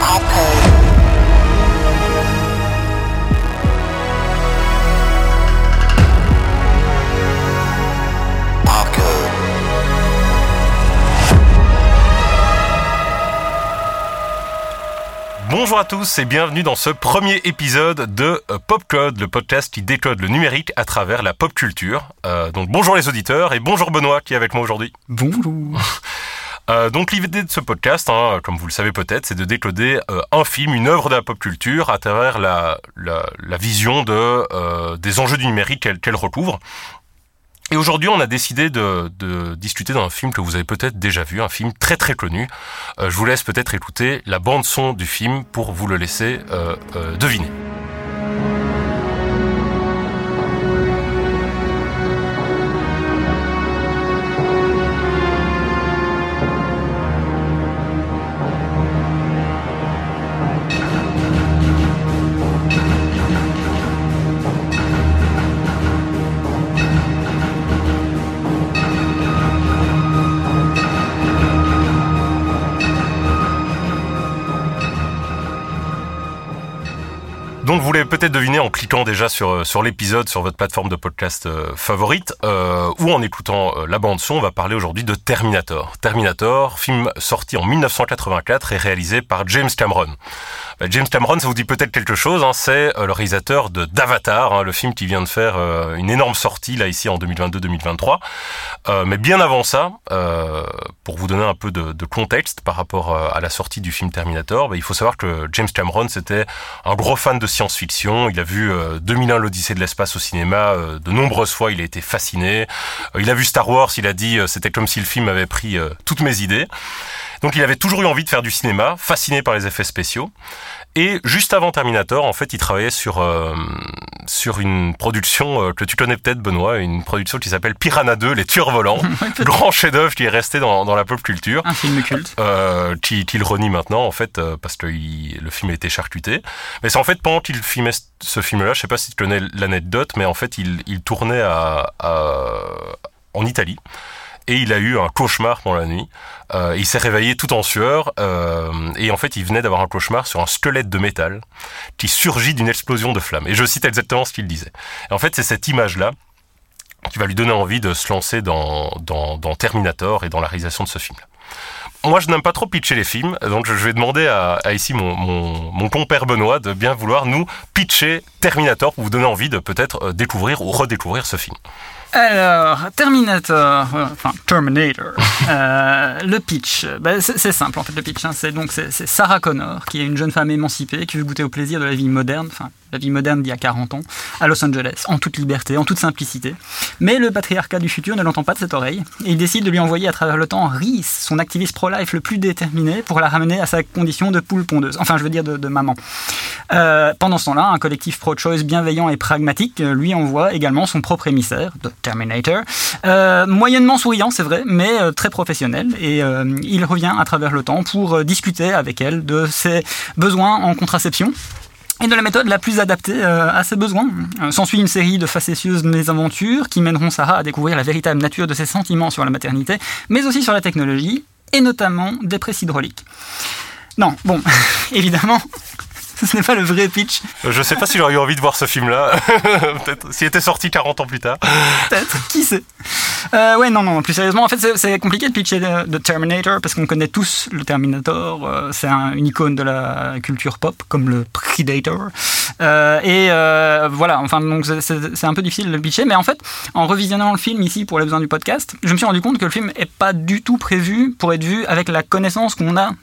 Bonjour à tous et bienvenue dans ce premier épisode de Popcode, le podcast qui décode le numérique à travers la pop culture. Donc bonjour les auditeurs et bonjour Benoît qui est avec moi aujourd'hui. Bonjour. Donc l'idée de ce podcast, comme vous le savez peut-être, c'est de décoder un film, une œuvre de la pop culture à travers la vision des enjeux du numérique qu'elle recouvre. Et aujourd'hui, on a décidé de discuter d'un film que vous avez peut-être déjà vu, un film très très connu. Je vous laisse peut-être écouter la bande-son du film pour vous le laisser deviner. Donc vous l'avez peut-être deviné en cliquant déjà sur l'épisode sur votre plateforme de podcast favorite ou en écoutant la bande-son, on va parler aujourd'hui de Terminator. Terminator, film sorti en 1984 et réalisé par James Cameron. James Cameron, ça vous dit peut-être quelque chose, c'est le réalisateur d'Avatar, le film qui vient de faire une énorme sortie là ici en 2022-2023. Mais bien avant ça, pour vous donner un peu de contexte par rapport à la sortie du film Terminator, il faut savoir que James Cameron c'était un gros fan de science-fiction. Il a vu 2001 l'Odyssée de l'espace au cinéma de nombreuses fois, il a été fasciné. Il a vu Star Wars, il a dit c'était comme si le film avait pris toutes mes idées. Donc il avait toujours eu envie de faire du cinéma, fasciné par les effets spéciaux. Et juste avant Terminator, en fait, il travaillait sur une production que tu connais peut-être, Benoît, une production qui s'appelle Piranha 2, les tueurs volants. Grand chef-d'œuvre qui est resté dans la pop culture. Un film culte. Qui le renie maintenant, en fait, parce que le film a été charcuté. Mais c'est en fait pendant qu'il filmait ce film-là, je sais pas si tu connais l'anecdote, mais en fait, il tournait en Italie. Et il a eu un cauchemar pendant la nuit. Il s'est réveillé tout en sueur. Et en fait, il venait d'avoir un cauchemar sur un squelette de métal qui surgit d'une explosion de flammes. Et je cite exactement ce qu'il disait. Et en fait, c'est cette image-là qui va lui donner envie de se lancer dans Terminator et dans la réalisation de ce film-là. Moi, je n'aime pas trop pitcher les films, donc je vais demander à ici mon compère Benoît de bien vouloir nous pitcher Terminator pour vous donner envie de peut-être découvrir ou redécouvrir ce film. Alors, Terminator, le pitch, c'est simple en fait le pitch, c'est Sarah Connor qui est une jeune femme émancipée qui veut goûter au plaisir de la vie moderne, la vie moderne d'il y a 40 ans, à Los Angeles, en toute liberté, en toute simplicité. Mais le patriarcat du futur ne l'entend pas de cette oreille et il décide de lui envoyer à travers le temps Reese, son activiste pro-life le plus déterminé, pour la ramener à sa condition de poule pondeuse, enfin je veux dire de maman. Pendant ce temps-là, un collectif pro-choice bienveillant et pragmatique lui envoie également son propre émissaire, Terminator, moyennement souriant c'est vrai, mais très professionnel, et il revient à travers le temps pour discuter avec elle de ses besoins en contraception et de la méthode la plus adaptée à ses besoins. S'ensuit une série de facétieuses mésaventures qui mèneront Sarah à découvrir la véritable nature de ses sentiments sur la maternité, mais aussi sur la technologie, et notamment des presses hydrauliques. Non, bon, évidemment... Ce n'est pas le vrai pitch. Je sais pas si j'aurais eu envie de voir ce film-là. Peut-être s'il était sorti 40 ans plus tard. Peut-être, qui sait. Non, plus sérieusement, en fait, c'est compliqué de pitcher de Terminator parce qu'on connaît tous le Terminator. C'est une icône de la culture pop, comme le Predator. Voilà, enfin, donc c'est un peu difficile de le pitcher, mais en fait, en revisionnant le film ici pour les besoins du podcast, je me suis rendu compte que le film est pas du tout prévu pour être vu avec la connaissance qu'on a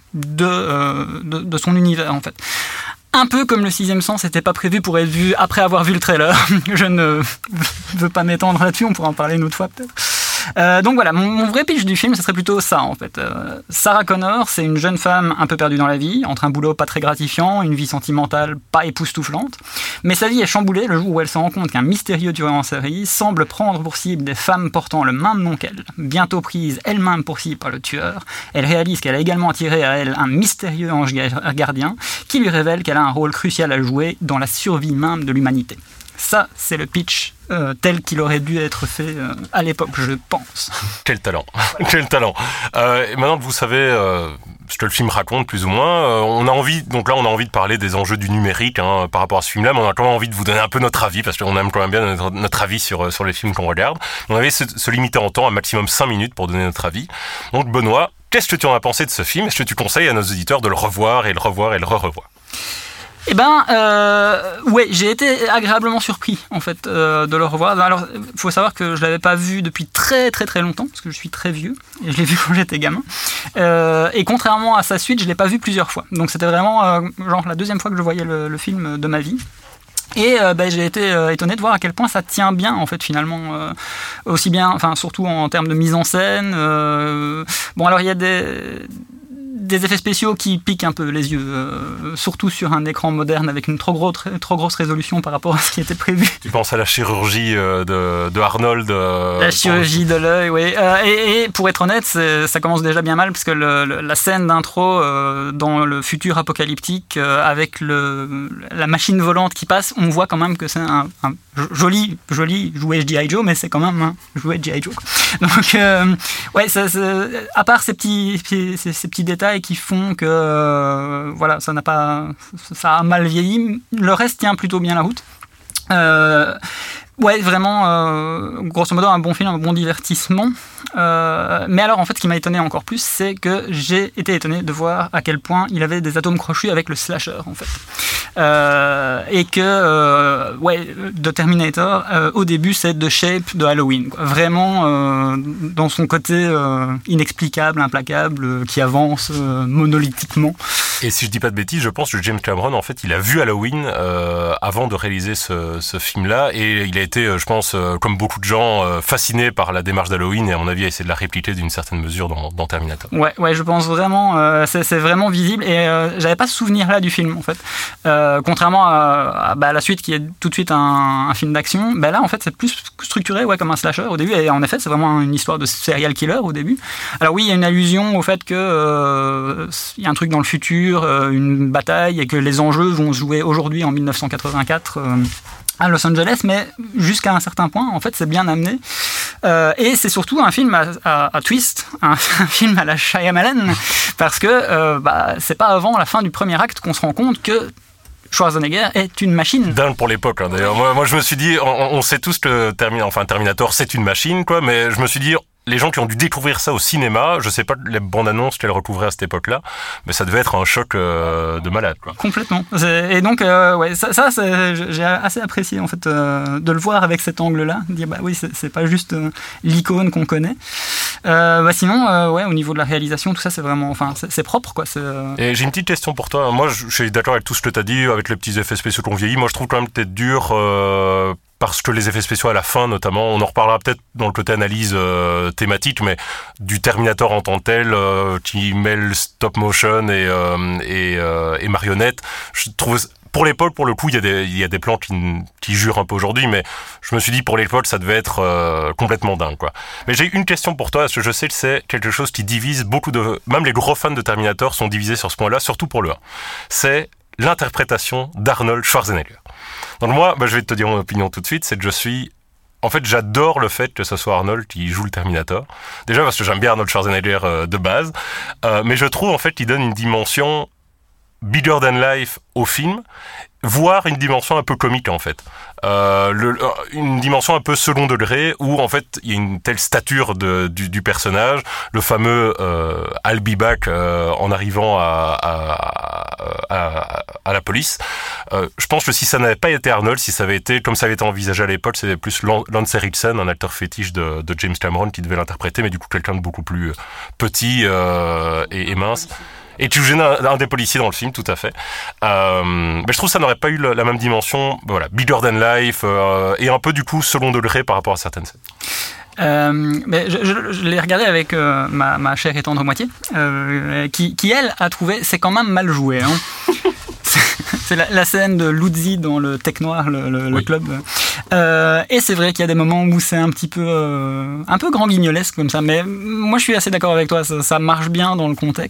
de son univers, en fait. Un peu comme le sixième sens n'était pas prévu pour être vu après avoir vu le trailer. Je ne veux pas m'étendre là-dessus, on pourra en parler une autre fois peut-être. Donc voilà, mon vrai pitch du film, ce serait plutôt ça en fait. Sarah Connor, c'est une jeune femme un peu perdue dans la vie, entre un boulot pas très gratifiant, une vie sentimentale pas époustouflante, mais sa vie est chamboulée le jour où elle se rend compte qu'un mystérieux tueur en série semble prendre pour cible des femmes portant le même nom qu'elle. Bientôt prise elle-même pour cible par le tueur, elle réalise qu'elle a également attiré à elle un mystérieux ange gardien qui lui révèle qu'elle a un rôle crucial à jouer dans la survie même de l'humanité. Ça, c'est le pitch tel qu'il aurait dû être fait à l'époque, je pense. Quel talent, quel talent. Et maintenant que vous savez que le film raconte plus ou moins. On a envie de parler des enjeux du numérique par rapport à ce film-là, mais on a quand même envie de vous donner un peu notre avis, parce qu'on aime quand même bien notre avis sur les films qu'on regarde. On avait se limiter en temps à maximum 5 minutes pour donner notre avis. Donc Benoît, qu'est-ce que tu en as pensé de ce film? Est-ce que tu conseilles à nos auditeurs de le revoir et le revoir et le re-revoir? Eh ben, ouais, j'ai été agréablement surpris en fait de le revoir. Alors, il faut savoir que je l'avais pas vu depuis très très très longtemps, parce que je suis très vieux et je l'ai vu quand j'étais gamin. Et contrairement à sa suite, je l'ai pas vu plusieurs fois. Donc c'était vraiment genre la deuxième fois que je voyais le film de ma vie. Et j'ai été étonné de voir à quel point ça tient bien en fait finalement, aussi bien, enfin surtout en termes de mise en scène. Bon, alors il y a des effets spéciaux qui piquent un peu les yeux, surtout sur un écran moderne avec une trop grosse résolution par rapport à ce qui était prévu. Tu penses à la chirurgie de Arnold La chirurgie de l'œil, oui. Et pour être honnête, ça commence déjà bien mal, parce que la scène d'intro dans le futur apocalyptique, avec la machine volante qui passe, on voit quand même que c'est un joli jouet G.I. Joe, mais c'est quand même un jouet G.I. Joe. Donc, ouais, à part ces petits détails qui font que voilà, ça a mal vieilli. Le reste tient plutôt bien la route. Ouais, vraiment, grosso modo, un bon film, un bon divertissement. Mais alors, en fait, ce qui m'a étonné encore plus, c'est que j'ai été étonné de voir à quel point il avait des atomes crochus avec le slasher, en fait. Et que, ouais, de Terminator, au début, c'est The Shape de Halloween, quoi. Vraiment, dans son côté inexplicable, implacable, qui avance monolithiquement. Et si je dis pas de bêtises, je pense que James Cameron, en fait, il a vu Halloween avant de réaliser ce film-là, et il a été, je pense, comme beaucoup de gens, fasciné par la démarche d'Halloween, et à mon avis, a essayé de la répliquer d'une certaine mesure dans Terminator. Ouais, je pense vraiment, c'est vraiment visible, et j'avais pas ce souvenir-là du film, en fait. Contrairement à la suite, qui est tout de suite un film d'action, là, en fait, c'est plus structuré, ouais, comme un slasher au début, et en effet, c'est vraiment une histoire de serial killer au début. Alors oui, il y a une allusion au fait que il y a un truc dans le futur, une bataille, et que les enjeux vont se jouer aujourd'hui en 1984 à Los Angeles, mais jusqu'à un certain point, en fait, c'est bien amené. Et c'est surtout un film à twist, un film à la Shyamalan, parce que c'est pas avant la fin du premier acte qu'on se rend compte que Schwarzenegger est une machine. Dingue pour l'époque, hein, d'ailleurs. Moi, je me suis dit, on sait tous que Terminator, c'est une machine, quoi, mais je me suis dit, les gens qui ont dû découvrir ça au cinéma, je sais pas les bandes annonces qu'elles recouvraient à cette époque-là, mais ça devait être un choc de malade, quoi. Complètement. Et donc, ouais, ça j'ai assez apprécié en fait de le voir avec cet angle-là, dire oui, c'est pas juste l'icône qu'on connaît. Sinon, ouais, au niveau de la réalisation, tout ça, c'est vraiment, enfin, c'est propre, quoi. Et j'ai une petite question pour toi. Moi, je suis d'accord avec tout ce que tu as dit, avec les petits effets spéciaux qu'on vieillit. Moi, je trouve quand même que t'es dur. Parce que les effets spéciaux à la fin, notamment, on en reparlera peut-être dans le côté analyse thématique, mais du Terminator en tant que tel, qui mêle stop motion et marionnette, je trouve, pour l'époque, pour le coup, il y a des plans qui jurent un peu aujourd'hui, mais je me suis dit, pour l'époque, ça devait être complètement dingue, quoi. Mais j'ai une question pour toi, parce que je sais que c'est quelque chose qui divise beaucoup même les gros fans de Terminator sont divisés sur ce point-là, surtout pour le 1. C'est l'interprétation d'Arnold Schwarzenegger. Donc moi, je vais te dire mon opinion tout de suite, c'est que j'adore le fait que ce soit Arnold qui joue le Terminator. Déjà parce que j'aime bien Arnold Schwarzenegger de base, mais je trouve en fait qu'il donne une dimension bigger than life au film, voire une dimension un peu comique en fait. Une dimension un peu second degré où en fait il y a une telle stature du personnage, le fameux I'll be back en arrivant à la police. Je pense que si ça n'avait pas été Arnold, si ça avait été comme ça avait été envisagé à l'époque, c'était plus Lance Henriksen, un acteur fétiche de James Cameron qui devait l'interpréter, mais du coup quelqu'un de beaucoup plus petit et mince. Et tu joues un des policiers dans le film, tout à fait. Mais je trouve que ça n'aurait pas eu la même dimension, voilà, bigger than life, et un peu du coup second degré par rapport à certaines scènes. Mais je l'ai regardé avec ma chère et tendre moitié, qui elle a trouvé c'est quand même mal joué. Hein. C'est la scène de Luzzi dans le Tech Noir, le oui. Club. Et c'est vrai qu'il y a des moments où c'est un peu grand guignolesque comme ça, mais moi je suis assez d'accord avec toi, ça marche bien dans le contexte.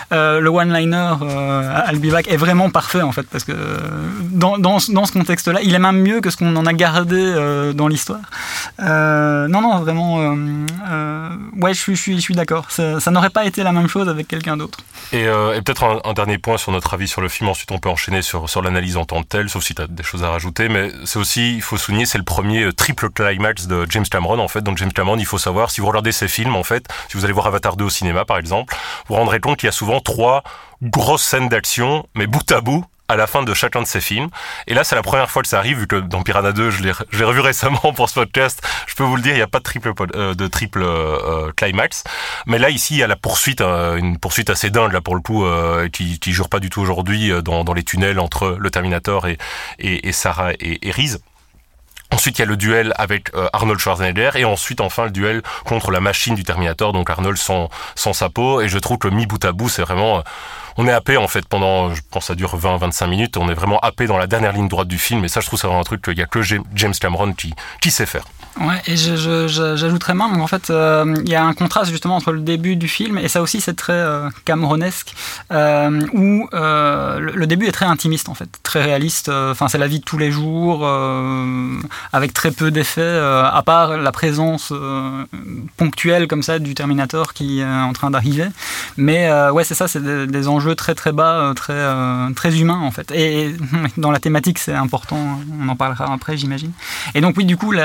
le one-liner I'll be back est vraiment parfait en fait, parce que dans ce contexte-là, il est même mieux que ce qu'on en a gardé dans l'histoire. Non, vraiment, ouais, je suis d'accord. Ça n'aurait pas été la même chose avec quelqu'un d'autre. Et peut-être un dernier point sur notre avis sur le film. Ensuite, on peut enchaîner sur l'analyse en tant que telle, sauf si tu as des choses à rajouter. Mais c'est aussi, il faut souligner, c'est le premier triple climax de James Cameron, en fait. Donc James Cameron, il faut savoir, si vous regardez ses films, en fait, si vous allez voir Avatar 2 au cinéma, par exemple, vous vous rendrez compte qu'il y a souvent 3 grosses scènes d'action, mais bout à bout, à la fin de chacun de ces films. Et là, c'est la première fois que ça arrive, vu que dans Piranha 2, je l'ai revu récemment pour ce podcast. Je peux vous le dire, il n'y a pas de triple climax. Mais là, ici, il y a la poursuite, une poursuite assez dingue, là, pour le coup, qui jure pas du tout aujourd'hui dans les tunnels entre le Terminator et Sarah et Reese. Ensuite, il y a le duel avec Arnold Schwarzenegger, et ensuite, enfin, le duel contre la machine du Terminator, donc Arnold sans sa peau. Et je trouve que mis bout à bout, c'est vraiment... on est happé, en fait, pendant, je pense que ça dure 20-25 minutes, on est vraiment happé dans la dernière ligne droite du film, et ça, je trouve, c'est vraiment un truc qu'il y a que James Cameron qui sait faire. Ouais, et j'ajouterais même, donc en fait, il y a un contraste justement entre le début du film, et ça aussi c'est très cameronesque, où le début est très intimiste en fait, très réaliste. Enfin, c'est la vie de tous les jours, avec très peu d'effets, à part la présence ponctuelle comme ça du Terminator qui est en train d'arriver. Mais ouais, c'est ça, c'est des enjeux très très bas, très humains en fait. Et dans la thématique, c'est important. On en parlera après, j'imagine. Et donc oui, du coup,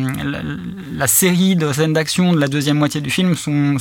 la série de scènes d'action de la deuxième moitié du film,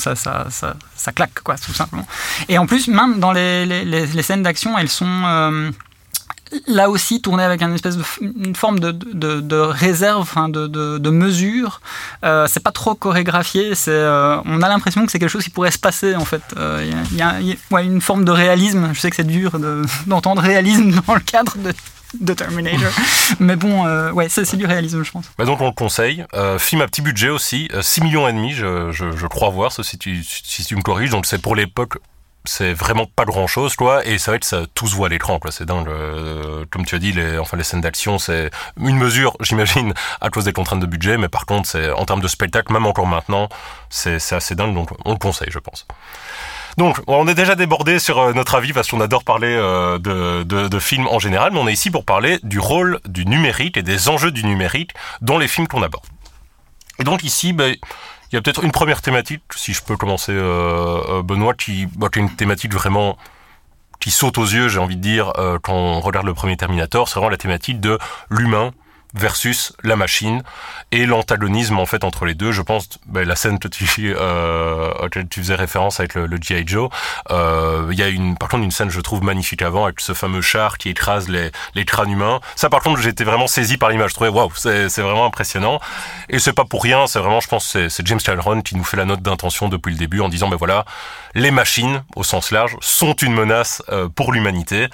ça claque, quoi, tout simplement. Et en plus, même dans les scènes d'action, elles sont là aussi tournées avec une forme de réserve, enfin de mesure. C'est pas trop chorégraphié. On a l'impression que c'est quelque chose qui pourrait se passer en fait. Il y a ouais, une forme de réalisme. Je sais que c'est dur d'entendre réalisme dans le cadre de Terminator. Mais bon, ouais, c'est du réalisme, je pense. Bah donc on le conseille. Film à petit budget aussi, 6,5 millions, je crois voir, si tu me corriges. Donc c'est pour l'époque, c'est vraiment pas grand chose, quoi. Et c'est vrai que ça tout se voit à l'écran, quoi. C'est dingue. Comme tu as dit, les scènes d'action, c'est une mesure, j'imagine, à cause des contraintes de budget. Mais par contre, c'est en termes de spectacle, même encore maintenant, c'est assez dingue. Donc on le conseille, je pense. Donc, on est déjà débordé sur notre avis parce qu'on adore parler de films en général, mais on est ici pour parler du rôle du numérique et des enjeux du numérique dans les films qu'on aborde. Et donc ici, il y a peut-être une première thématique, si je peux commencer, Benoît, qui est une thématique vraiment qui saute aux yeux, j'ai envie de dire, quand on regarde le premier Terminator, c'est vraiment la thématique de l'humain versus la machine et l'antagonisme en fait entre les deux. Je pense la scène que tu faisais référence avec le G.I. Joe, il y a par contre une scène je trouve magnifique avant avec ce fameux char qui écrase les crânes humains. Ça par contre j'étais vraiment saisi par l'image. Je trouvais waouh, c'est vraiment impressionnant, et c'est pas pour rien, c'est vraiment, je pense, c'est James Cameron qui nous fait la note d'intention depuis le début en disant voilà, les machines au sens large sont une menace pour l'humanité,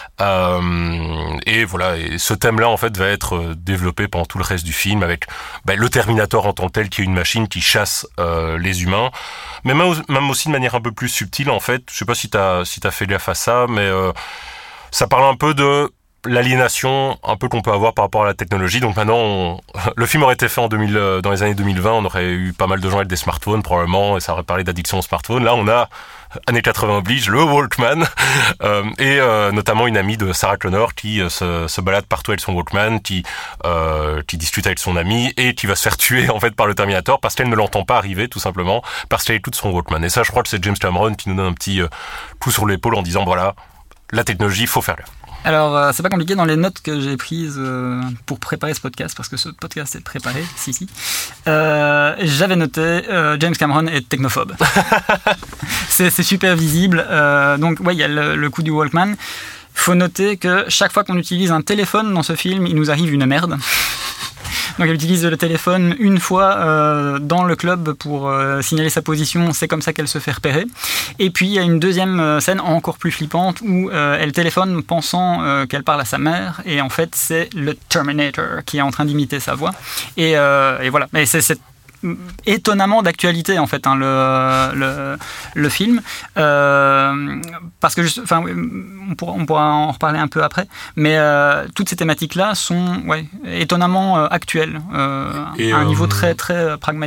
et voilà, et ce thème-là en fait va être développé pendant tout le reste du film avec le Terminator en tant que tel, qui est une machine qui chasse les humains, mais même aussi de manière un peu plus subtile en fait. Je sais pas si t'as fait gaffe à ça, mais ça parle un peu de l'aliénation un peu qu'on peut avoir par rapport à la technologie. Donc maintenant, le film aurait été fait dans les années 2020, on aurait eu pas mal de gens avec des smartphones probablement, et ça aurait parlé d'addiction au smartphone. Là, on a années 80 oblige, le Walkman, et notamment une amie de Sarah Connor qui se balade partout avec son Walkman, qui discute avec son ami et qui va se faire tuer en fait par le Terminator parce qu'elle ne l'entend pas arriver, tout simplement parce qu'elle écoute son Walkman. Et ça, je crois que c'est James Cameron qui nous donne un petit coup sur l'épaule en disant voilà, la technologie, il faut faire gaffe. Alors, c'est pas compliqué dans les notes que j'ai prises pour préparer ce podcast, parce que ce podcast est préparé, si. J'avais noté James Cameron est technophobe. c'est super visible. Donc, ouais, il y a le coup du Walkman. Faut noter que chaque fois qu'on utilise un téléphone dans ce film, il nous arrive une merde. Donc elle utilise le téléphone une fois dans le club pour signaler sa position, c'est comme ça qu'elle se fait repérer. Et puis il y a une deuxième scène encore plus flippante où elle téléphone pensant qu'elle parle à sa mère, et en fait c'est le Terminator qui est en train d'imiter sa voix. Et voilà, mais c'est étonnamment d'actualité en fait, hein, le film, parce que on pourra en reparler un peu après, mais toutes ces thématiques là sont étonnamment actuelles, à un niveau très très pragmatique.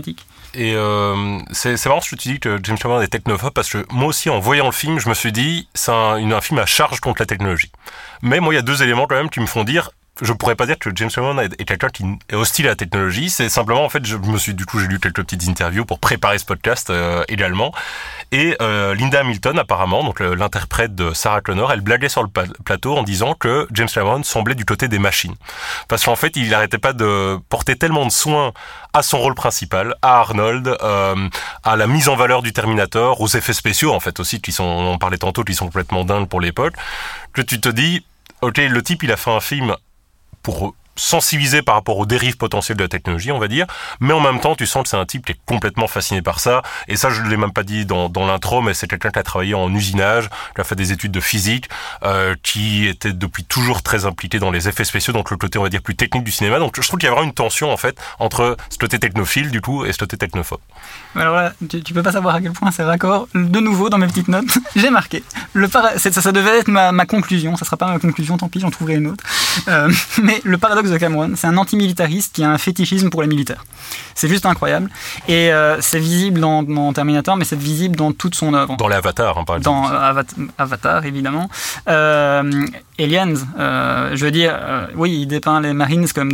c'est marrant ce que tu dis que James Cameron est technophobe, parce que moi aussi, en voyant le film, je me suis dit, c'est un film à charge contre la technologie. Mais moi, il y a deux éléments quand même qui me font dire, je pourrais pas dire que James Cameron est quelqu'un qui est hostile à la technologie. C'est simplement, en fait, j'ai lu quelques petites interviews pour préparer ce podcast également. Et Linda Hamilton, apparemment, donc l'interprète de Sarah Connor, elle blaguait sur le plateau en disant que James Cameron semblait du côté des machines. Parce qu'en fait, il n'arrêtait pas de porter tellement de soin à son rôle principal, à Arnold, à la mise en valeur du Terminator, aux effets spéciaux, en fait, aussi, on en parlait tantôt, qui sont complètement dingues pour l'époque, que tu te dis, ok, le type, il a fait un film pour sensibiliser par rapport aux dérives potentielles de la technologie, on va dire, mais en même temps, tu sens que c'est un type qui est complètement fasciné par ça, et ça, je ne l'ai même pas dit dans l'intro, mais c'est quelqu'un qui a travaillé en usinage, qui a fait des études de physique, qui était depuis toujours très impliqué dans les effets spéciaux, donc le côté, on va dire, plus technique du cinéma, donc je trouve qu'il y a vraiment une tension, en fait, entre ce côté technophile, du coup, et ce côté technophobe. Alors là, tu peux pas savoir à quel point c'est raccord. De nouveau, dans mes petites notes, j'ai marqué. Ça devait être ma conclusion, ça sera pas ma conclusion, tant pis, j'en trouverai une autre. Mais le paradoxe de Cameron, c'est un antimilitariste qui a un fétichisme pour les militaires. C'est juste incroyable. Et c'est visible dans Terminator, mais c'est visible dans toute son œuvre. Dans les Avatars, par exemple. Dans Avatar, évidemment. Aliens, je veux dire, oui, il dépeint les Marines comme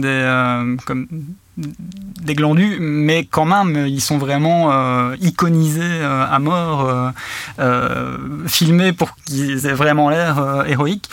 des glandus, mais quand même, ils sont vraiment iconisés à mort, filmés pour qu'ils aient vraiment l'air héroïques.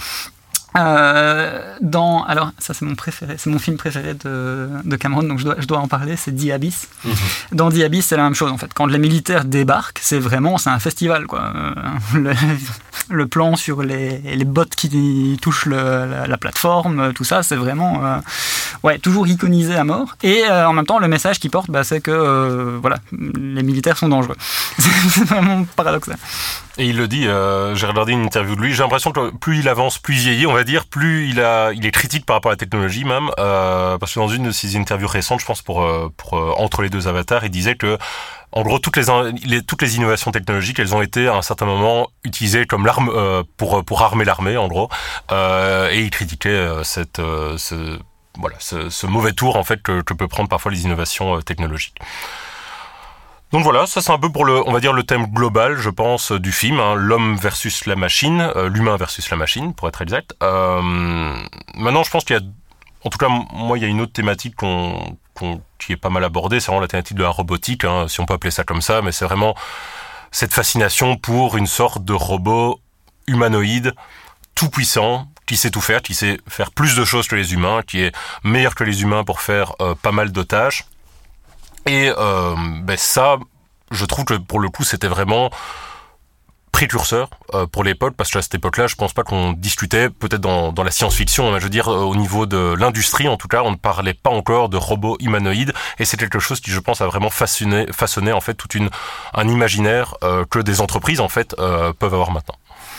Alors ça c'est mon préféré, c'est mon film préféré de Cameron, donc je dois en parler, c'est The Abyss. Dans The Abyss, c'est la même chose en fait. Quand les militaires débarquent, c'est un festival quoi. Le plan sur les bottes qui touchent la plateforme, tout ça, c'est vraiment toujours iconisé à mort. Et en même temps, le message qu'ils portent, c'est que les militaires sont dangereux. C'est vraiment paradoxal. Et il le dit, j'ai regardé une interview de lui, j'ai l'impression que plus il avance, plus il vieillit, on va dire, plus il est critique par rapport à la technologie même, parce que dans une de ses interviews récentes, je pense pour Entre les deux avatars, il disait que en gros toutes les innovations technologiques, elles ont été à un certain moment utilisées comme l'arme pour armer l'armée en gros, et il critiquait ce mauvais tour en fait que peut prendre parfois les innovations technologiques. Donc voilà, ça c'est un peu pour le thème global, je pense, du film, hein, l'homme versus la machine, l'humain versus la machine, pour être exact. Maintenant, je pense qu'il y a, en tout cas, moi, il y a une autre thématique qui est pas mal abordée, c'est vraiment la thématique de la robotique, hein, si on peut appeler ça comme ça, mais c'est vraiment cette fascination pour une sorte de robot humanoïde, tout puissant, qui sait tout faire, qui sait faire plus de choses que les humains, qui est meilleur que les humains pour faire pas mal de tâches. Et ça, je trouve que pour le coup, c'était vraiment précurseur pour l'époque, parce qu'à cette époque-là, je pense pas qu'on discutait, peut-être dans la science-fiction, je veux dire au niveau de l'industrie, en tout cas, on ne parlait pas encore de robots humanoïdes, et c'est quelque chose qui, je pense, a vraiment façonné en fait un imaginaire que des entreprises en fait peuvent avoir maintenant.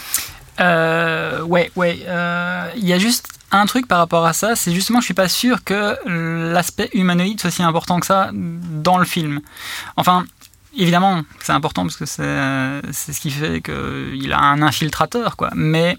Il y a juste un truc par rapport à ça, c'est justement, je suis pas sûr que l'aspect humanoïde soit si important que ça dans le film. Enfin, évidemment, c'est important parce que c'est ce qui fait qu'il a un infiltrateur, quoi. Mais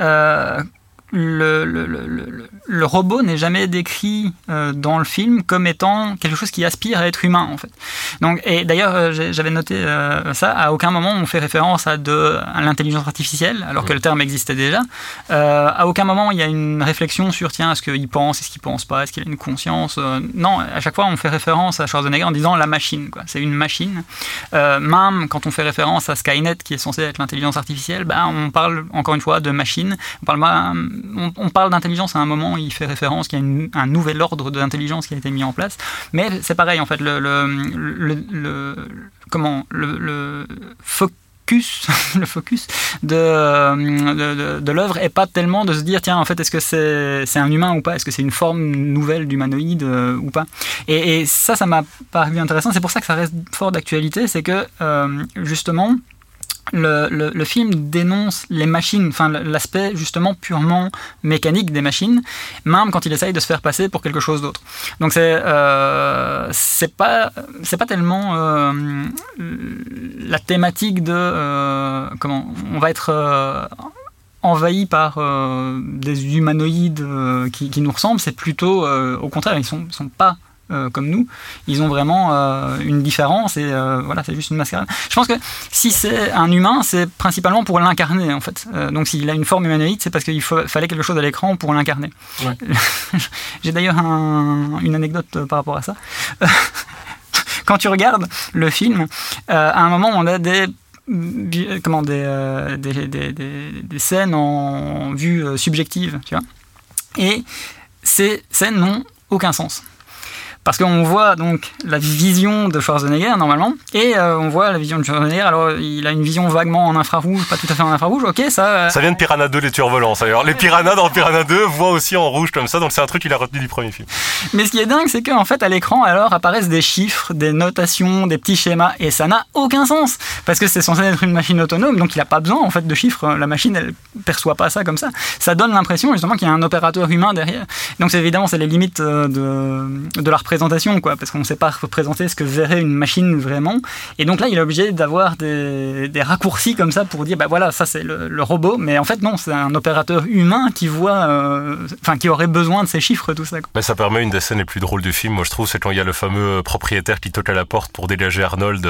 le robot n'est jamais décrit dans le film comme étant quelque chose qui aspire à être humain en fait. Donc, et d'ailleurs j'avais noté ça, à aucun moment on fait référence à l'intelligence artificielle alors que le terme existait déjà. À aucun moment il y a une réflexion sur est-ce qu'il pense, est-ce qu'il pense pas, est-ce qu'il a une conscience. Non, à chaque fois on fait référence à Schwarzenegger en disant la machine, quoi. C'est une machine. Même quand on fait référence à Skynet qui est censé être l'intelligence artificielle, on parle encore une fois de machine. On parle d'intelligence à un moment, il fait référence qu'il y a un nouvel ordre d'intelligence qui a été mis en place, mais c'est pareil en fait, le focus de l'œuvre est pas tellement de se dire tiens en fait est-ce que c'est un humain ou pas, est-ce que c'est une forme nouvelle d'humanoïde ou pas, et ça m'a paru intéressant, c'est pour ça que ça reste fort d'actualité, c'est que justement le film dénonce les machines, enfin l'aspect justement purement mécanique des machines, même quand il essaye de se faire passer pour quelque chose d'autre. Donc c'est pas tellement la thématique de comment on va être envahi par des humanoïdes qui nous ressemblent, c'est plutôt au contraire, ils sont pas comme nous, ils ont vraiment une différence et voilà, c'est juste une mascarade. Je pense que si c'est un humain, c'est principalement pour l'incarner en fait. Donc s'il a une forme humanoïde, c'est parce qu'il fallait quelque chose à l'écran pour l'incarner. Ouais. J'ai d'ailleurs une anecdote par rapport à ça. Quand tu regardes le film, à un moment on a des scènes en vue subjective, tu vois. Et ces scènes n'ont aucun sens. Parce qu'on voit donc la vision de Schwarzenegger normalement, et on voit la vision de Schwarzenegger. Alors il a une vision vaguement en infrarouge, pas tout à fait en infrarouge. Ok, ça. Ça vient de Piranha 2, les tueurs volants. D'ailleurs, les piranhas dans Piranha 2 voient aussi en rouge comme ça, donc c'est un truc qu'il a retenu du premier film. Mais ce qui est dingue, c'est qu'en fait à l'écran alors apparaissent des chiffres, des notations, des petits schémas, et ça n'a aucun sens parce que c'est censé être une machine autonome, donc il a pas besoin en fait de chiffres. La machine elle perçoit pas ça comme ça. Ça donne l'impression justement qu'il y a un opérateur humain derrière. Donc évidemment c'est les limites de la représentation, quoi, parce qu'on ne sait pas représenter ce que verrait une machine vraiment. Et donc là, il est obligé d'avoir des raccourcis comme ça pour dire, bah voilà, ça c'est le robot. Mais en fait, non, c'est un opérateur humain qui voit, qui aurait besoin de ces chiffres, tout ça. Mais ça permet une des scènes les plus drôles du film, moi je trouve, c'est quand il y a le fameux propriétaire qui toque à la porte pour dégager Arnold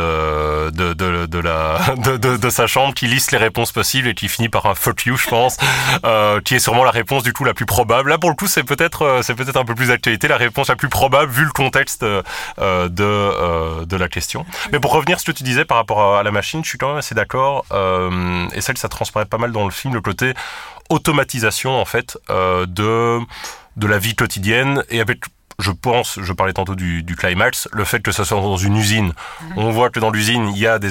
de sa chambre, qui liste les réponses possibles et qui finit par un fuck you, je pense, qui est sûrement la réponse du coup la plus probable. Là, pour le coup, c'est peut-être un peu plus d'actualité, la réponse la plus probable vu le contexte de la question. Mais pour revenir à ce que tu disais par rapport à la machine, je suis quand même assez d'accord, et ça transparaît pas mal dans le film, le côté automatisation en fait de la vie quotidienne, et avec, je parlais tantôt du climax, le fait que ça soit dans une usine. On voit que dans l'usine, il y a des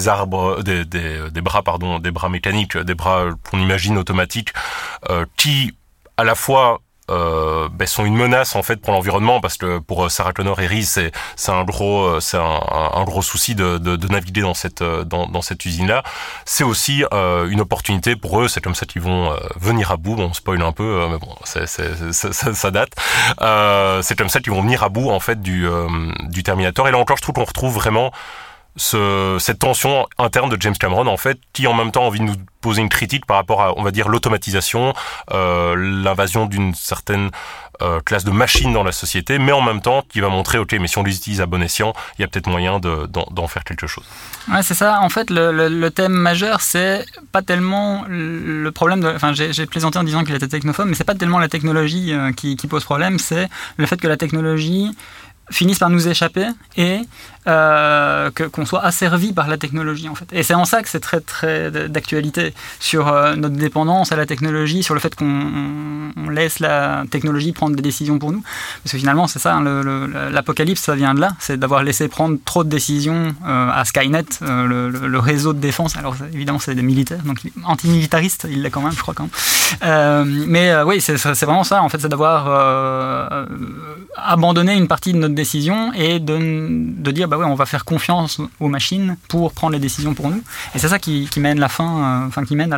bras mécaniques, des bras qu'on imagine automatiques, qui à la fois sont une menace en fait pour l'environnement, parce que pour Sarah Connor et Reese, c'est un gros souci de naviguer dans cette usine là. C'est aussi une opportunité pour eux, c'est comme ça qu'ils vont venir à bout. Bon, on spoil un peu, mais bon, ça date. C'est comme ça qu'ils vont venir à bout en fait du Terminator. Et là encore, je trouve qu'on retrouve vraiment cette tension interne de James Cameron en fait, qui en même temps a envie de nous poser une critique par rapport à, on va dire, l'automatisation, l'invasion d'une certaine classe de machines dans la société, mais en même temps qui va montrer, ok, mais si on les utilise à bon escient, il y a peut-être moyen d'en faire quelque chose. Ouais, c'est ça. En fait, le thème majeur, c'est pas tellement le problème de... Enfin, j'ai plaisanté en disant qu'il était technophobe, mais c'est pas tellement la technologie qui pose problème, c'est le fait que la technologie finissent par nous échapper et qu'on soit asservi par la technologie en fait. Et c'est en ça que c'est très très d'actualité sur notre dépendance à la technologie, sur le fait qu'on laisse la technologie prendre des décisions pour nous. Parce que finalement c'est ça, hein, l'apocalypse ça vient de là, c'est d'avoir laissé prendre trop de décisions à Skynet, le réseau de défense. Alors évidemment c'est des militaires, donc anti-militariste, il l'est quand même, je crois quand même. Oui, c'est vraiment ça en fait, c'est d'avoir abandonné une partie de notre décision et de dire bah ouais, on va faire confiance aux machines pour prendre les décisions pour nous, et c'est ça qui mène à la fin.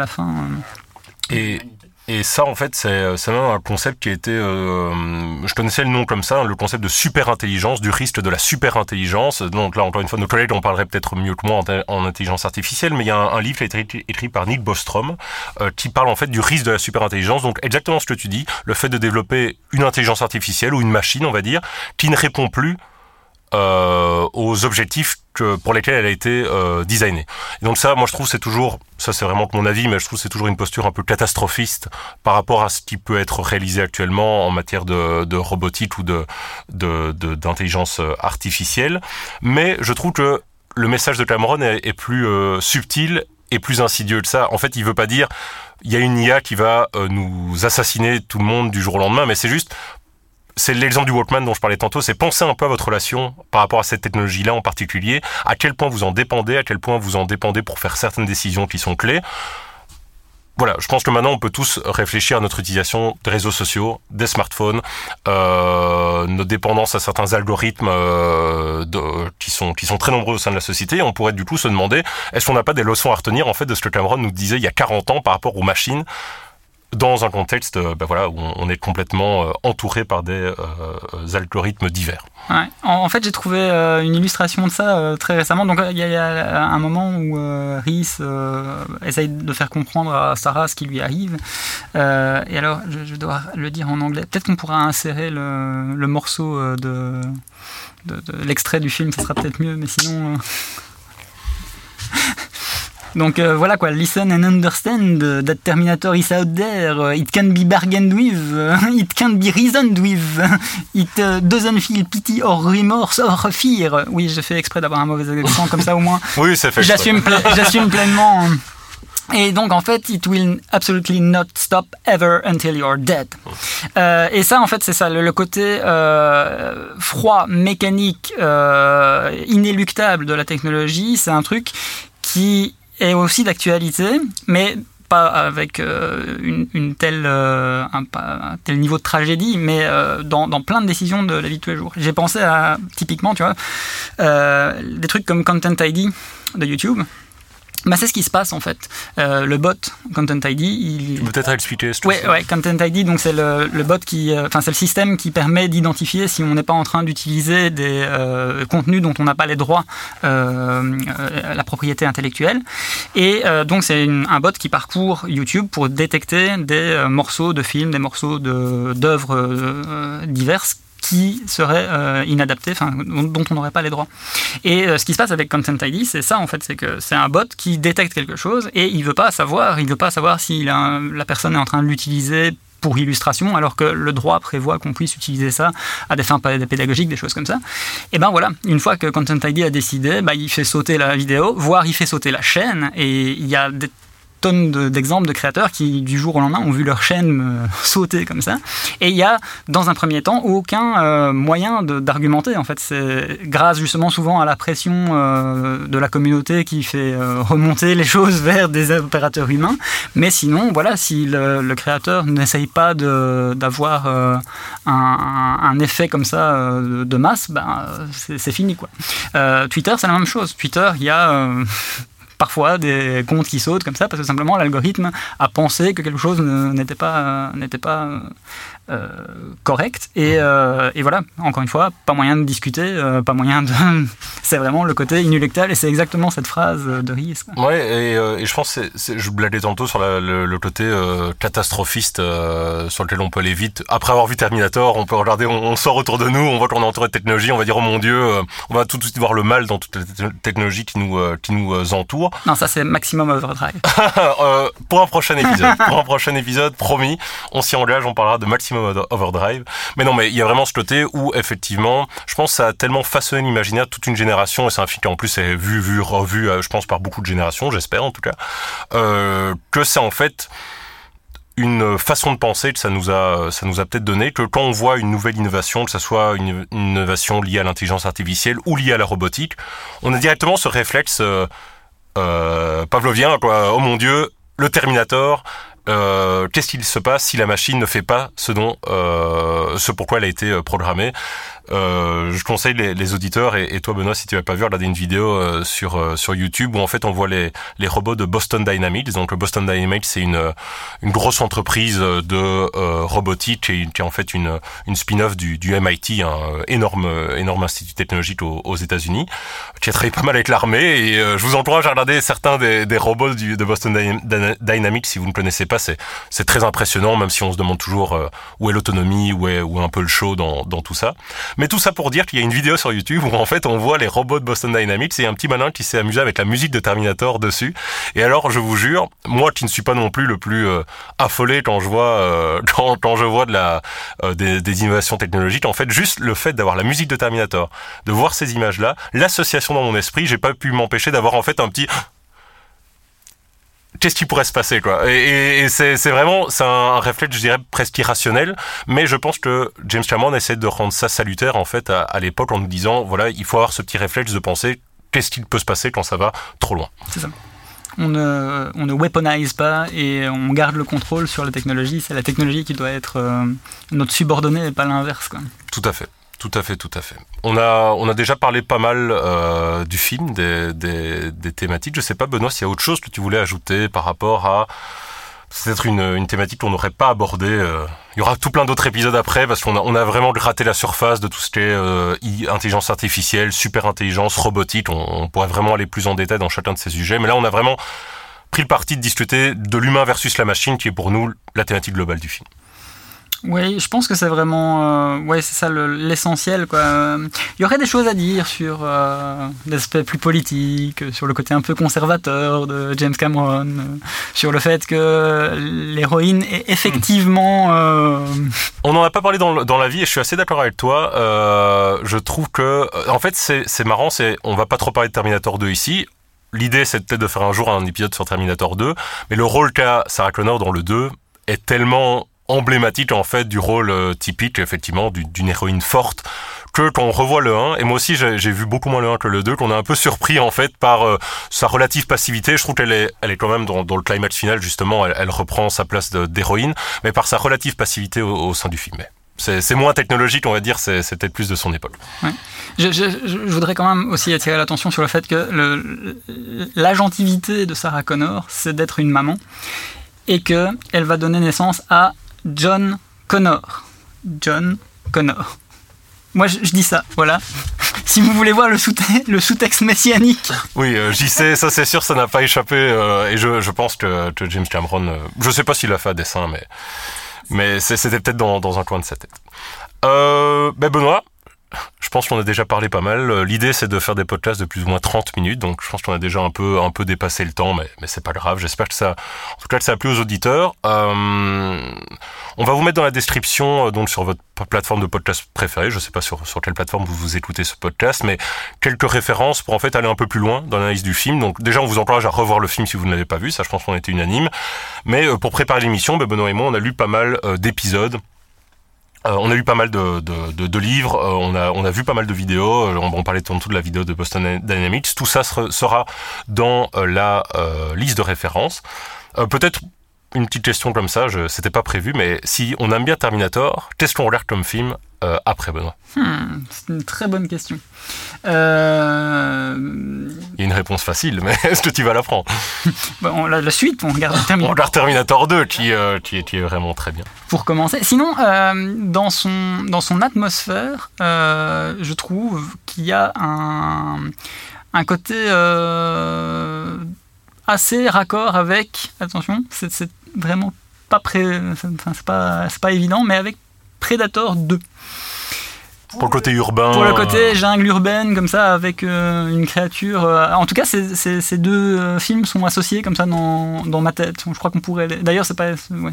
Et ça, en fait, c'est même un concept qui a été... je connaissais le nom comme ça, le concept de super-intelligence, du risque de la super-intelligence. Donc là, encore une fois, nos collègues en parleraient peut-être mieux que moi en intelligence artificielle, mais il y a un livre qui a été écrit par Nick Bostrom qui parle en fait du risque de la super-intelligence. Donc exactement ce que tu dis, le fait de développer une intelligence artificielle ou une machine, on va dire, qui ne répond plus aux objectifs pour lesquels elle a été designée. Et donc ça, moi je trouve c'est toujours, ça c'est vraiment que mon avis, mais je trouve c'est toujours une posture un peu catastrophiste par rapport à ce qui peut être réalisé actuellement en matière de robotique ou d'intelligence artificielle. Mais je trouve que le message de Cameron est plus subtil et plus insidieux que ça. En fait, il veut pas dire il y a une IA qui va nous assassiner tout le monde du jour au lendemain, mais c'est juste... C'est l'exemple du Walkman dont je parlais tantôt, c'est penser un peu à votre relation par rapport à cette technologie-là en particulier, à quel point vous en dépendez, pour faire certaines décisions qui sont clés. Voilà, je pense que maintenant on peut tous réfléchir à notre utilisation des réseaux sociaux, des smartphones, notre dépendance à certains algorithmes qui sont très nombreux au sein de la société. Et on pourrait du coup se demander, est-ce qu'on n'a pas des leçons à retenir en fait de ce que Cameron nous disait il y a 40 ans par rapport aux machines dans un contexte où on est complètement entouré par des algorithmes divers. Ouais. En fait, j'ai trouvé une illustration de ça très récemment. Donc, il y a un moment où Reese essaye de faire comprendre à Sarah ce qui lui arrive. Et alors, je dois le dire en anglais. Peut-être qu'on pourra insérer le morceau de l'extrait du film, ça sera peut-être mieux, mais sinon... Donc voilà quoi, listen and understand that Terminator is out there, it can be bargained with, it can be reasoned with, it doesn't feel pity or remorse or fear. Oui, j'ai fait exprès d'avoir un mauvais accent, comme ça au moins. Oui, c'est fait. J'assume pleinement. Et donc en fait, it will absolutely not stop ever until you're dead. Et ça en fait c'est ça, le côté froid, mécanique, inéluctable de la technologie, c'est un truc qui est aussi d'actualité, mais pas avec un tel niveau de tragédie, mais dans plein de décisions de la vie de tous les jours. J'ai pensé à, typiquement, tu vois, des trucs comme Content ID de YouTube. Bah, c'est ce qui se passe en fait. Le bot Content ID, tu peux peut-être expliquer ce que c'est. Ouais, Content ID, donc c'est le bot c'est le système qui permet d'identifier si on n'est pas en train d'utiliser des contenus dont on n'a pas les droits, la propriété intellectuelle. Et donc c'est un bot qui parcourt YouTube pour détecter des morceaux de films, des morceaux d'œuvres diverses qui seraient inadaptés, dont on n'aurait pas les droits. Et ce qui se passe avec Content ID, c'est ça en fait, c'est que c'est un bot qui détecte quelque chose et il veut pas savoir si la personne est en train de l'utiliser pour illustration, alors que le droit prévoit qu'on puisse utiliser ça à des fins pédagogiques, des choses comme ça. Et ben voilà, une fois que Content ID a décidé, il fait sauter la vidéo, voire il fait sauter la chaîne, et il y a des tonnes d'exemples de créateurs qui, du jour au lendemain, ont vu leur chaîne sauter comme ça. Et il y a, dans un premier temps, aucun moyen d'argumenter. En fait, c'est grâce justement souvent à la pression de la communauté qui fait remonter les choses vers des opérateurs humains. Mais sinon, voilà, si le créateur n'essaye pas d'avoir un effet comme ça de masse, c'est fini, quoi. Twitter, c'est la même chose. Twitter, il y a... parfois des comptes qui sautent comme ça parce que simplement l'algorithme a pensé que quelque chose n'était pas correct et voilà, encore une fois, pas moyen de discuter, pas moyen de... c'est vraiment le côté inéluctable et c'est exactement cette phrase de Reese. Ouais, et je pense je blaguais tantôt sur le côté catastrophiste sur lequel on peut aller vite. Après avoir vu Terminator, on peut regarder, on sort autour de nous, on voit qu'on est entouré de technologie, on va dire oh mon Dieu, on va tout de suite voir le mal dans toute la technologie qui nous entoure. Non, ça c'est Maximum Overdrive. Pour un prochain épisode, promis, on s'y engage, on parlera de Maximum Overdrive. Mais non, mais il y a vraiment ce côté où effectivement, je pense que ça a tellement façonné l'imaginaire de toute une génération, et c'est un film qui en plus est vu, revu, je pense par beaucoup de générations, j'espère en tout cas, que c'est en fait une façon de penser que ça nous a peut-être donné, que quand on voit une nouvelle innovation, que ce soit une innovation liée à l'intelligence artificielle ou liée à la robotique, on a directement ce réflexe pavlovien, quoi. Oh mon Dieu, le Terminator, qu'est-ce qu'il se passe si la machine ne fait pas ce pourquoi elle a été programmée. Je conseille les auditeurs et toi Benoît, si tu n'as pas vu, regarder une vidéo sur YouTube où en fait on voit les robots de Boston Dynamics. Donc le Boston Dynamics, c'est une grosse entreprise de robotique qui est en fait une spin-off du MIT, un énorme institut technologique aux États-Unis, qui a travaillé pas mal avec l'armée, et je vous encourage à regarder certains des robots de Boston Dynamics si vous ne connaissez pas. C'est très impressionnant, même si on se demande toujours où est l'autonomie, où est un peu le show dans tout ça. Mais tout ça pour dire qu'il y a une vidéo sur YouTube où en fait on voit les robots de Boston Dynamics et un petit malin qui s'est amusé avec la musique de Terminator dessus. Et alors je vous jure, moi qui ne suis pas non plus le plus affolé quand je vois quand je vois des innovations technologiques, en fait juste le fait d'avoir la musique de Terminator, de voir ces images-là, l'association dans mon esprit, j'ai pas pu m'empêcher d'avoir en fait un petit... Qu'est-ce qui pourrait se passer, quoi. Et c'est vraiment, c'est un réflexe, je dirais, presque irrationnel, mais je pense que James Cameron essaie de rendre ça salutaire, en fait, à l'époque, en nous disant, voilà, il faut avoir ce petit réflexe de penser, qu'est-ce qui peut se passer quand ça va trop loin. C'est ça. On ne weaponise pas et on garde le contrôle sur la technologie. C'est la technologie qui doit être notre subordonnée et pas l'inverse, quoi. Tout à fait. Tout à fait. On a déjà parlé pas mal du film, des thématiques. Je sais pas, Benoît, s'il y a autre chose que tu voulais ajouter par rapport à C'est peut-être une thématique qu'on n'aurait pas abordée. Il y aura tout plein d'autres épisodes après parce qu'on a vraiment gratté la surface de tout ce qui est intelligence artificielle, super intelligence, robotique. On pourrait vraiment aller plus en détail dans chacun de ces sujets. Mais là, on a vraiment pris le parti de discuter de l'humain versus la machine, qui est pour nous la thématique globale du film. Oui, je pense que c'est vraiment, c'est ça l'essentiel, quoi. Il y aurait des choses à dire sur l'aspect plus politique, sur le côté un peu conservateur de James Cameron, sur le fait que l'héroïne est effectivement. On n'en a pas parlé dans la vie, et je suis assez d'accord avec toi. Je trouve que, en fait, c'est marrant. On va pas trop parler de Terminator 2 ici. L'idée, c'est peut-être de faire un jour un épisode sur Terminator 2, mais le rôle qu'a Sarah Connor dans le 2 est tellement emblématique en fait du rôle typique effectivement d'une héroïne forte que quand on revoit le 1, et moi aussi j'ai vu beaucoup moins le 1 que le 2, qu'on est un peu surpris en fait par sa relative passivité. Je trouve qu'elle est quand même dans le climax final justement, elle reprend sa place d'héroïne, mais par sa relative passivité au sein du film. C'est moins technologique, on va dire, c'est peut-être plus de son époque. Ouais. Je voudrais quand même aussi attirer l'attention sur le fait que l'agentivité de Sarah Connor, c'est d'être une maman, et qu'elle va donner naissance à John Connor. John Connor. Moi, je dis ça, voilà. Si vous voulez voir le sous-texte messianique. Oui, j'y sais, ça c'est sûr, ça n'a pas échappé. Et je pense que James Cameron, je sais pas s'il a fait un dessin, mais c'était peut-être dans un coin de sa tête. Benoît, je pense qu'on a déjà parlé pas mal. L'idée, c'est de faire des podcasts de plus ou moins 30 minutes. Donc, je pense qu'on a déjà un peu dépassé le temps, mais c'est pas grave. J'espère que ça a plu aux auditeurs. On va vous mettre dans la description, donc sur votre plateforme de podcast préférée. Je sais pas sur quelle plateforme vous écoutez ce podcast, mais quelques références pour en fait aller un peu plus loin dans l'analyse du film. Donc, déjà, on vous encourage à revoir le film si vous ne l'avez pas vu. Ça, je pense qu'on était unanime. Mais, pour préparer l'émission, Benoît et moi, on a lu pas mal d'épisodes. On a lu pas mal de livres, on a vu pas mal de vidéos, on parlait tantôt de la vidéo de Boston Dynamics, tout ça sera dans la liste de références. Peut-être une petite question comme ça, c'était pas prévu, mais si on aime bien Terminator, qu'est-ce qu'on regarde comme film après, Benoît? C'est une très bonne question. Il y a une réponse facile, mais est-ce que tu vas la prendre? Bon, la suite, on regarde Terminator. On regarde Terminator 2, qui est vraiment très bien. Pour commencer. Sinon, dans son atmosphère, je trouve qu'il y a un côté assez raccord avec, attention, c'est vraiment pas c'est pas évident, mais avec Predator 2. Pour le côté urbain. Pour le côté jungle urbaine, comme ça, avec une créature. En tout cas, ces deux films sont associés comme ça dans ma tête. Je crois qu'on pourrait. D'ailleurs, c'est pas. Ouais.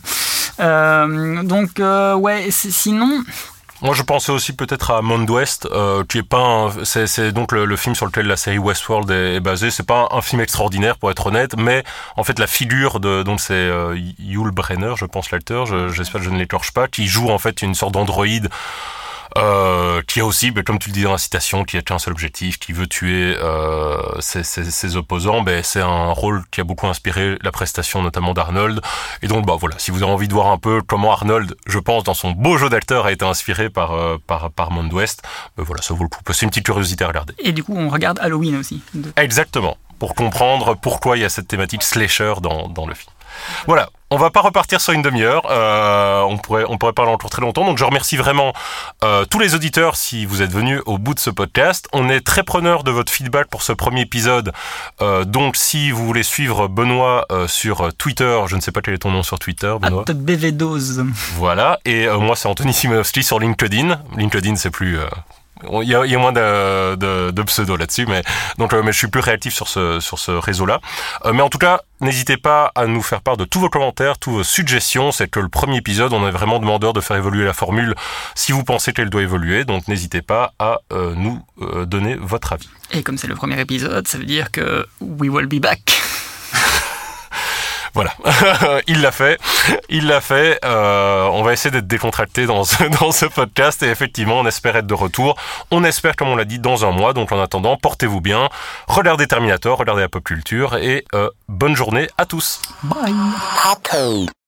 Sinon. Moi, je pensais aussi peut-être à Monde Ouest, qui est pas c'est donc le film sur lequel la série Westworld est basée. C'est pas un film extraordinaire, pour être honnête, mais en fait, la figure donc c'est Yul Brynner, je pense, l'acteur, j'espère que je ne l'écorche pas, qui joue en fait une sorte d'androïde, qui a aussi, comme tu le dis dans la citation, qui a qu'un seul objectif, qui veut tuer ses opposants. C'est un rôle qui a beaucoup inspiré la prestation notamment d'Arnold. Et donc voilà, si vous avez envie de voir un peu comment Arnold, je pense, dans son beau jeu d'acteur, a été inspiré par Monde Ouest, voilà, ça vaut le coup. C'est une petite curiosité à regarder. Et du coup, on regarde Halloween aussi. Exactement, pour comprendre pourquoi il y a cette thématique slasher dans le film. Voilà, on va pas repartir sur une demi-heure, on pourrait parler encore très longtemps, donc je remercie vraiment tous les auditeurs si vous êtes venus au bout de ce podcast. On est très preneur de votre feedback pour ce premier épisode, donc si vous voulez suivre Benoît sur Twitter, je ne sais pas quel est ton nom sur Twitter, Benoît. @bvdose. Voilà, et moi c'est Anthony Simonowski sur LinkedIn. LinkedIn c'est plus... Il y a moins de pseudo là-dessus, mais je suis plus réactif sur ce réseau-là. Mais en tout cas, n'hésitez pas à nous faire part de tous vos commentaires, toutes vos suggestions. C'est que le premier épisode, on est vraiment demandeur de faire évoluer la formule si vous pensez qu'elle doit évoluer. Donc n'hésitez pas à nous donner votre avis. Et comme c'est le premier épisode, ça veut dire que we will be back. Voilà, il l'a fait. On va essayer d'être décontracté dans ce podcast, et effectivement, on espère être de retour. On espère, comme on l'a dit, dans un mois. Donc en attendant, portez-vous bien, regardez Terminator, regardez la pop culture, et bonne journée à tous. Bye.